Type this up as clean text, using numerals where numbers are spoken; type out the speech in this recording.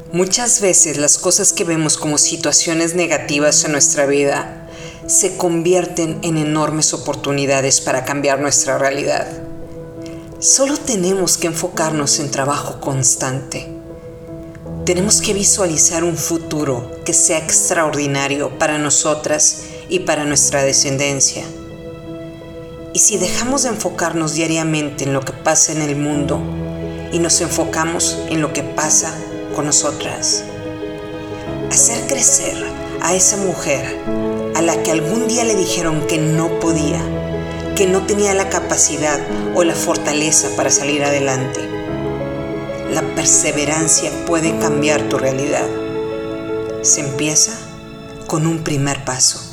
Muchas veces las cosas que vemos como situaciones negativas en nuestra vida se convierten en enormes oportunidades para cambiar nuestra realidad. Solo tenemos que enfocarnos en trabajo constante. Tenemos que visualizar un futuro que sea extraordinario para nosotras y para nuestra descendencia. Y si dejamos de enfocarnos diariamente en lo que pasa en el mundo y nos enfocamos en lo que pasa con nosotras, hacer crecer a esa mujer a la que algún día le dijeron que no podía, que no tenía la capacidad o la fortaleza para salir adelante. La perseverancia puede cambiar tu realidad. Se empieza con un primer paso.